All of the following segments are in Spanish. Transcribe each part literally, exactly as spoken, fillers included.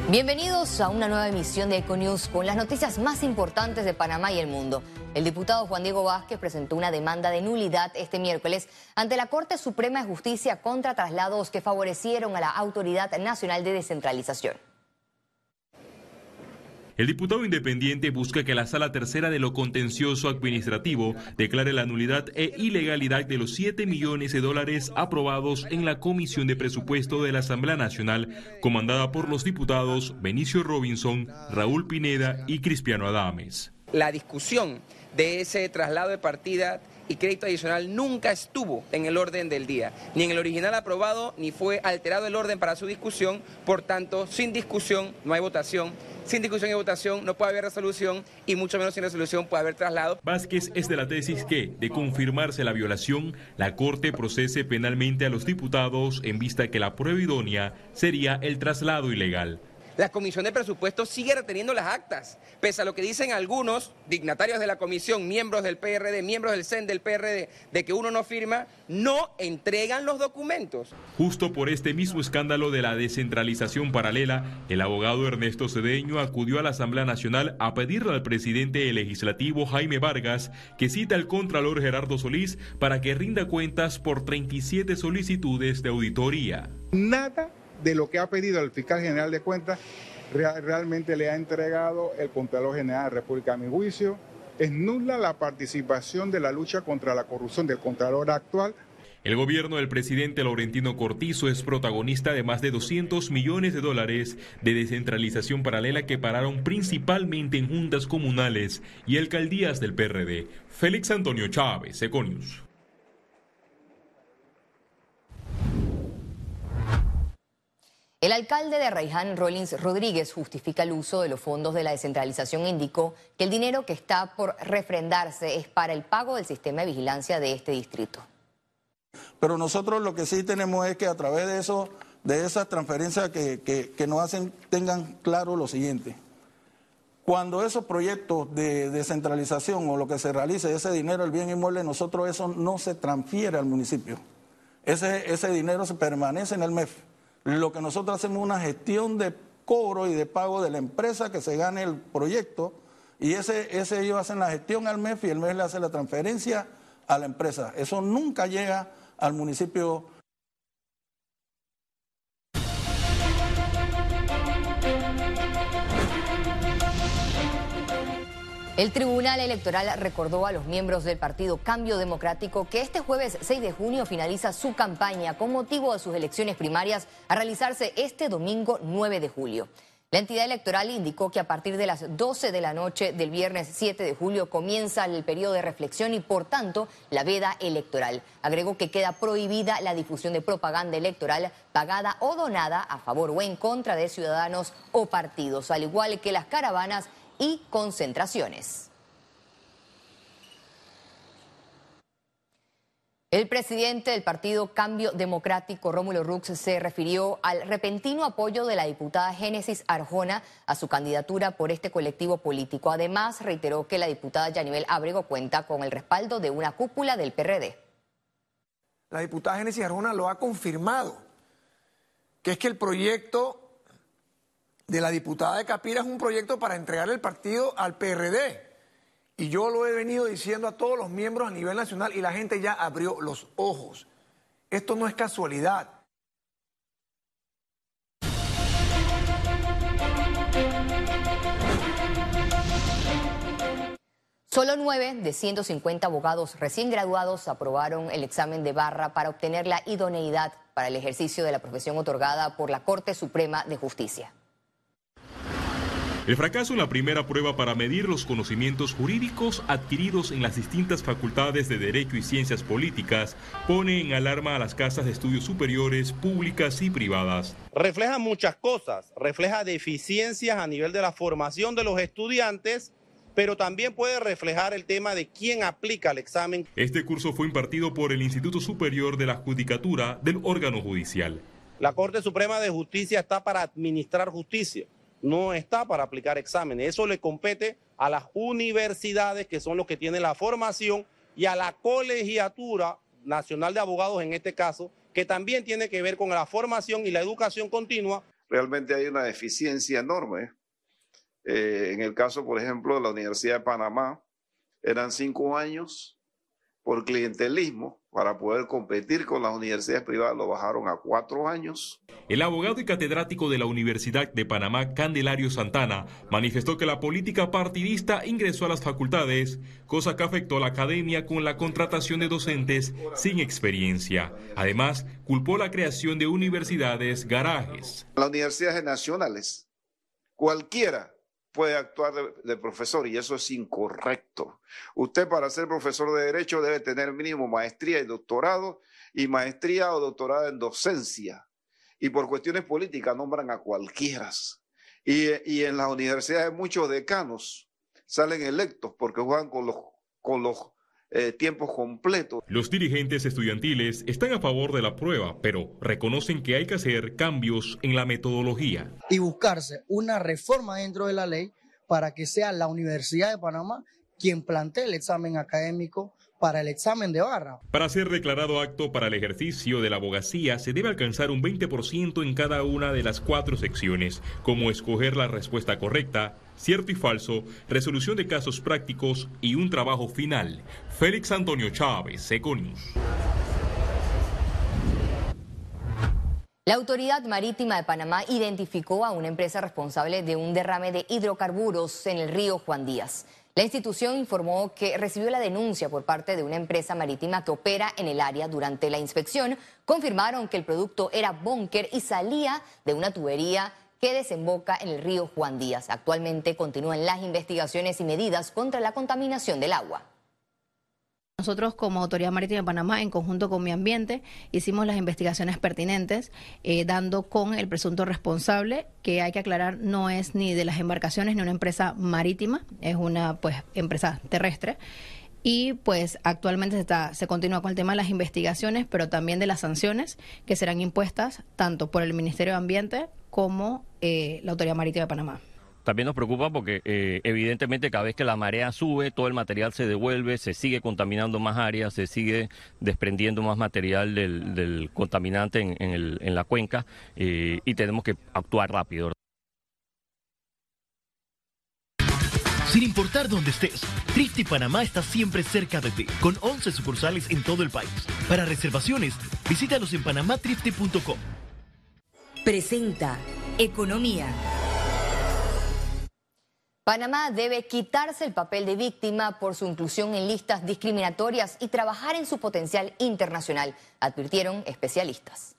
Bienvenidos a una nueva emisión de Econews con las noticias más importantes de Panamá y el mundo. El diputado Juan Diego Vázquez presentó una demanda de nulidad este miércoles ante la Corte Suprema de Justicia contra traslados que favorecieron a la Autoridad Nacional de Descentralización. El diputado independiente busca que la Sala Tercera de lo Contencioso Administrativo declare la nulidad e ilegalidad de los siete millones de dólares aprobados en la Comisión de Presupuesto de la Asamblea Nacional, comandada por los diputados Benicio Robinson, Raúl Pineda y Cristiano Adames. La discusión de ese traslado de partida y crédito adicional nunca estuvo en el orden del día, ni en el original aprobado, ni fue alterado el orden para su discusión. Por tanto, sin discusión no hay votación, sin discusión y votación no puede haber resolución, y mucho menos sin resolución puede haber traslado. Vázquez es de la tesis que, de confirmarse la violación, la Corte procese penalmente a los diputados en vista que la prueba idónea sería el traslado ilegal. La Comisión de Presupuestos sigue reteniendo las actas, pese a lo que dicen algunos dignatarios de la Comisión, miembros del P R D, miembros del C E N del P R D, de que uno no firma, no entregan los documentos. Justo por este mismo escándalo de la descentralización paralela, el abogado Ernesto Cedeño acudió a la Asamblea Nacional a pedirle al presidente del Legislativo, Jaime Vargas, que cita al contralor Gerardo Solís para que rinda cuentas por treinta y siete solicitudes de auditoría. Nada de lo que ha pedido el fiscal general de cuentas real, realmente le ha entregado el Contralor General de la República. A mi juicio, es nula la participación de la lucha contra la corrupción del Contralor actual. El gobierno del presidente Laurentino Cortizo es protagonista de más de doscientos millones de dólares de descentralización paralela que pararon principalmente en juntas comunales y alcaldías del P R D. Félix Antonio Chávez, Econews. El alcalde de Arraiján, Rollins Rodríguez, justifica el uso de los fondos de la descentralización e indicó que el dinero que está por refrendarse es para el pago del sistema de vigilancia de este distrito. Pero nosotros lo que sí tenemos es que a través de eso, de esas transferencias que, que, que nos hacen, tengan claro lo siguiente. Cuando esos proyectos de descentralización o lo que se realice, ese dinero, el bien inmueble, nosotros eso no se transfiere al municipio. Ese, ese dinero se permanece en el M E F. Lo que nosotros hacemos es una gestión de cobro y de pago de la empresa que se gane el proyecto, y ese, ese ellos hacen la gestión al M E F y el M E F le hace la transferencia a la empresa. Eso nunca llega al municipio. El Tribunal Electoral recordó a los miembros del partido Cambio Democrático que este jueves seis de junio finaliza su campaña con motivo de sus elecciones primarias a realizarse este domingo nueve de julio. La entidad electoral indicó que a partir de las doce de la noche del viernes siete de julio comienza el periodo de reflexión y por tanto la veda electoral. Agregó que queda prohibida la difusión de propaganda electoral pagada o donada a favor o en contra de ciudadanos o partidos, al igual que las caravanas y concentraciones. El presidente del partido Cambio Democrático, Rómulo Rux, se refirió al repentino apoyo de la diputada Génesis Arjona a su candidatura por este colectivo político. Además, reiteró que la diputada Yanibel Ábrego cuenta con el respaldo de una cúpula del P R D. La diputada Génesis Arjona lo ha confirmado, que es que el proyecto de la diputada de Capira es un proyecto para entregar el partido al P R D. Y yo lo he venido diciendo a todos los miembros a nivel nacional y la gente ya abrió los ojos. Esto no es casualidad. Solo nueve de ciento cincuenta abogados recién graduados aprobaron el examen de barra para obtener la idoneidad para el ejercicio de la profesión otorgada por la Corte Suprema de Justicia. El fracaso en la primera prueba para medir los conocimientos jurídicos adquiridos en las distintas facultades de Derecho y Ciencias Políticas pone en alarma a las casas de estudios superiores públicas y privadas. Refleja muchas cosas, refleja deficiencias a nivel de la formación de los estudiantes, pero también puede reflejar el tema de quién aplica el examen. Este curso fue impartido por el Instituto Superior de la Judicatura del órgano judicial. La Corte Suprema de Justicia está para administrar justicia, no está para aplicar exámenes. Eso le compete a las universidades, que son los que tienen la formación, y a la Colegiatura Nacional de Abogados, en este caso, que también tiene que ver con la formación y la educación continua. realmente hay una deficiencia enorme. Eh, en el caso, por ejemplo, de la Universidad de Panamá, eran cinco años por clientelismo. Para poder competir con las universidades privadas lo bajaron a cuatro años. El abogado y catedrático de la Universidad de Panamá, Candelario Santana, manifestó que la política partidista ingresó a las facultades, cosa que afectó a la academia con la contratación de docentes sin experiencia. Además, culpó la creación de universidades garajes. Las universidades nacionales, cualquiera puede actuar de, de profesor y eso es incorrecto. Usted para ser profesor de Derecho debe tener mínimo maestría y doctorado y maestría o doctorado en docencia. Y por cuestiones políticas nombran a cualquiera. Y, y en las universidades muchos decanos salen electos porque juegan con los, con los eh, tiempos completos. Los dirigentes estudiantiles están a favor de la prueba, pero reconocen que hay que hacer cambios en la metodología. Y buscarse una reforma dentro de la ley para que sea la Universidad de Panamá quien plantee el examen académico para el examen de barra. Para ser declarado apto para el ejercicio de la abogacía, se debe alcanzar un veinte por ciento en cada una de las cuatro secciones, como escoger la respuesta correcta, cierto y falso, resolución de casos prácticos y un trabajo final. Félix Antonio Chávez, Econius. La Autoridad Marítima de Panamá identificó a una empresa responsable de un derrame de hidrocarburos en el río Juan Díaz. La institución informó que recibió la denuncia por parte de una empresa marítima que opera en el área. Durante la inspección, confirmaron que el producto era búnker y salía de una tubería que desemboca en el río Juan Díaz. Actualmente continúan las investigaciones y medidas contra la contaminación del agua. Nosotros como Autoridad Marítima de Panamá, en conjunto con Mi Ambiente, hicimos las investigaciones pertinentes, eh, dando con el presunto responsable, que hay que aclarar no es ni de las embarcaciones ni una empresa marítima, es una pues empresa terrestre. Y pues actualmente se, está, se continúa con el tema de las investigaciones, pero también de las sanciones que serán impuestas tanto por el Ministerio de Ambiente como eh, la Autoridad Marítima de Panamá. También nos preocupa porque eh, evidentemente cada vez que la marea sube, todo el material se devuelve, se sigue contaminando más áreas, se sigue desprendiendo más material del, del contaminante en, en, el, en la cuenca eh, y tenemos que actuar rápido. Sin importar dónde estés, Thrifty Panamá está siempre cerca de ti, con once sucursales en todo el país. Para reservaciones, visítalos en panamá thrifty punto com. Presenta Economía. Panamá debe quitarse el papel de víctima por su inclusión en listas discriminatorias y trabajar en su potencial internacional, advirtieron especialistas.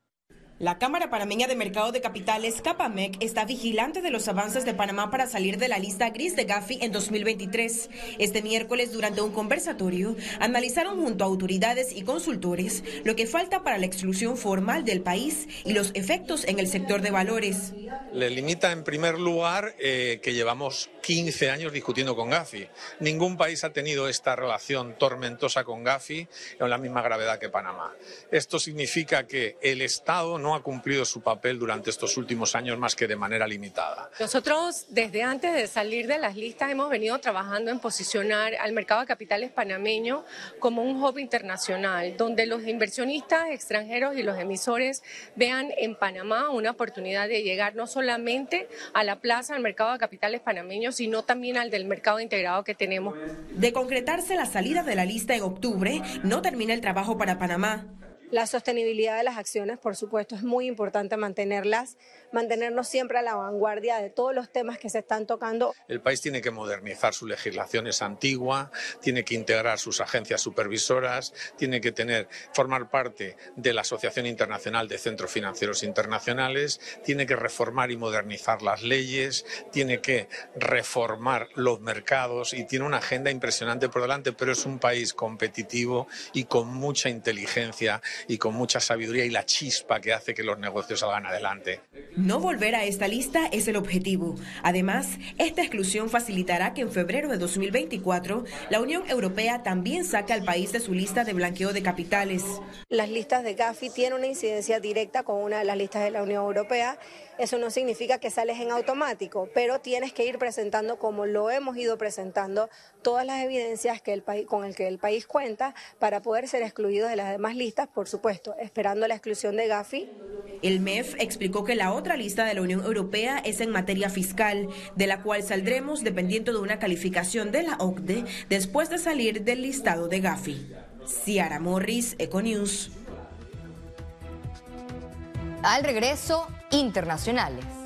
La Cámara Panameña de Mercado de Capitales, Capamec, está vigilante de los avances de Panamá para salir de la lista gris de Gafi en dos mil veintitrés. Este miércoles, durante un conversatorio, analizaron junto a autoridades y consultores lo que falta para la exclusión formal del país y los efectos en el sector de valores. Le limita, en primer lugar, eh, que llevamos quince años discutiendo con Gafi. Ningún país ha tenido esta relación tormentosa con Gafi con la misma gravedad que Panamá. Esto significa que el Estado no ha cumplido su papel durante estos últimos años más que de manera limitada. Nosotros desde antes de salir de las listas hemos venido trabajando en posicionar al mercado de capitales panameño como un hub internacional, donde los inversionistas extranjeros y los emisores vean en Panamá una oportunidad de llegar no solamente a la plaza del mercado de capitales panameño, sino también al del mercado integrado que tenemos. De concretarse la salida de la lista en octubre, no termina el trabajo para Panamá. La sostenibilidad de las acciones, por supuesto, es muy importante mantenerlas, mantenernos siempre a la vanguardia de todos los temas que se están tocando. El país tiene que modernizar su legislación, es antigua, tiene que integrar sus agencias supervisoras, tiene que tener, formar parte de la Asociación Internacional de Centros Financieros Internacionales, tiene que reformar y modernizar las leyes, tiene que reformar los mercados y tiene una agenda impresionante por delante, pero es un país competitivo y con mucha inteligencia y con mucha sabiduría y la chispa que hace que los negocios salgan adelante. No volver a esta lista es el objetivo. Además, esta exclusión facilitará que en febrero de dos mil veinticuatro la Unión Europea también saque al país de su lista de blanqueo de capitales. Las listas de Gafi tienen una incidencia directa con una de las listas de la Unión Europea. Eso no significa que sales en automático, pero tienes que ir presentando, como lo hemos ido presentando, todas las evidencias que el país, con el que el país cuenta para poder ser excluidos de las demás listas por por supuesto, esperando la exclusión de Gafi. El M E F explicó que la otra lista de la Unión Europea es en materia fiscal, de la cual saldremos dependiendo de una calificación de la O C D E después de salir del listado de Gafi. Ciara Morris, Econews. Al regreso, internacionales.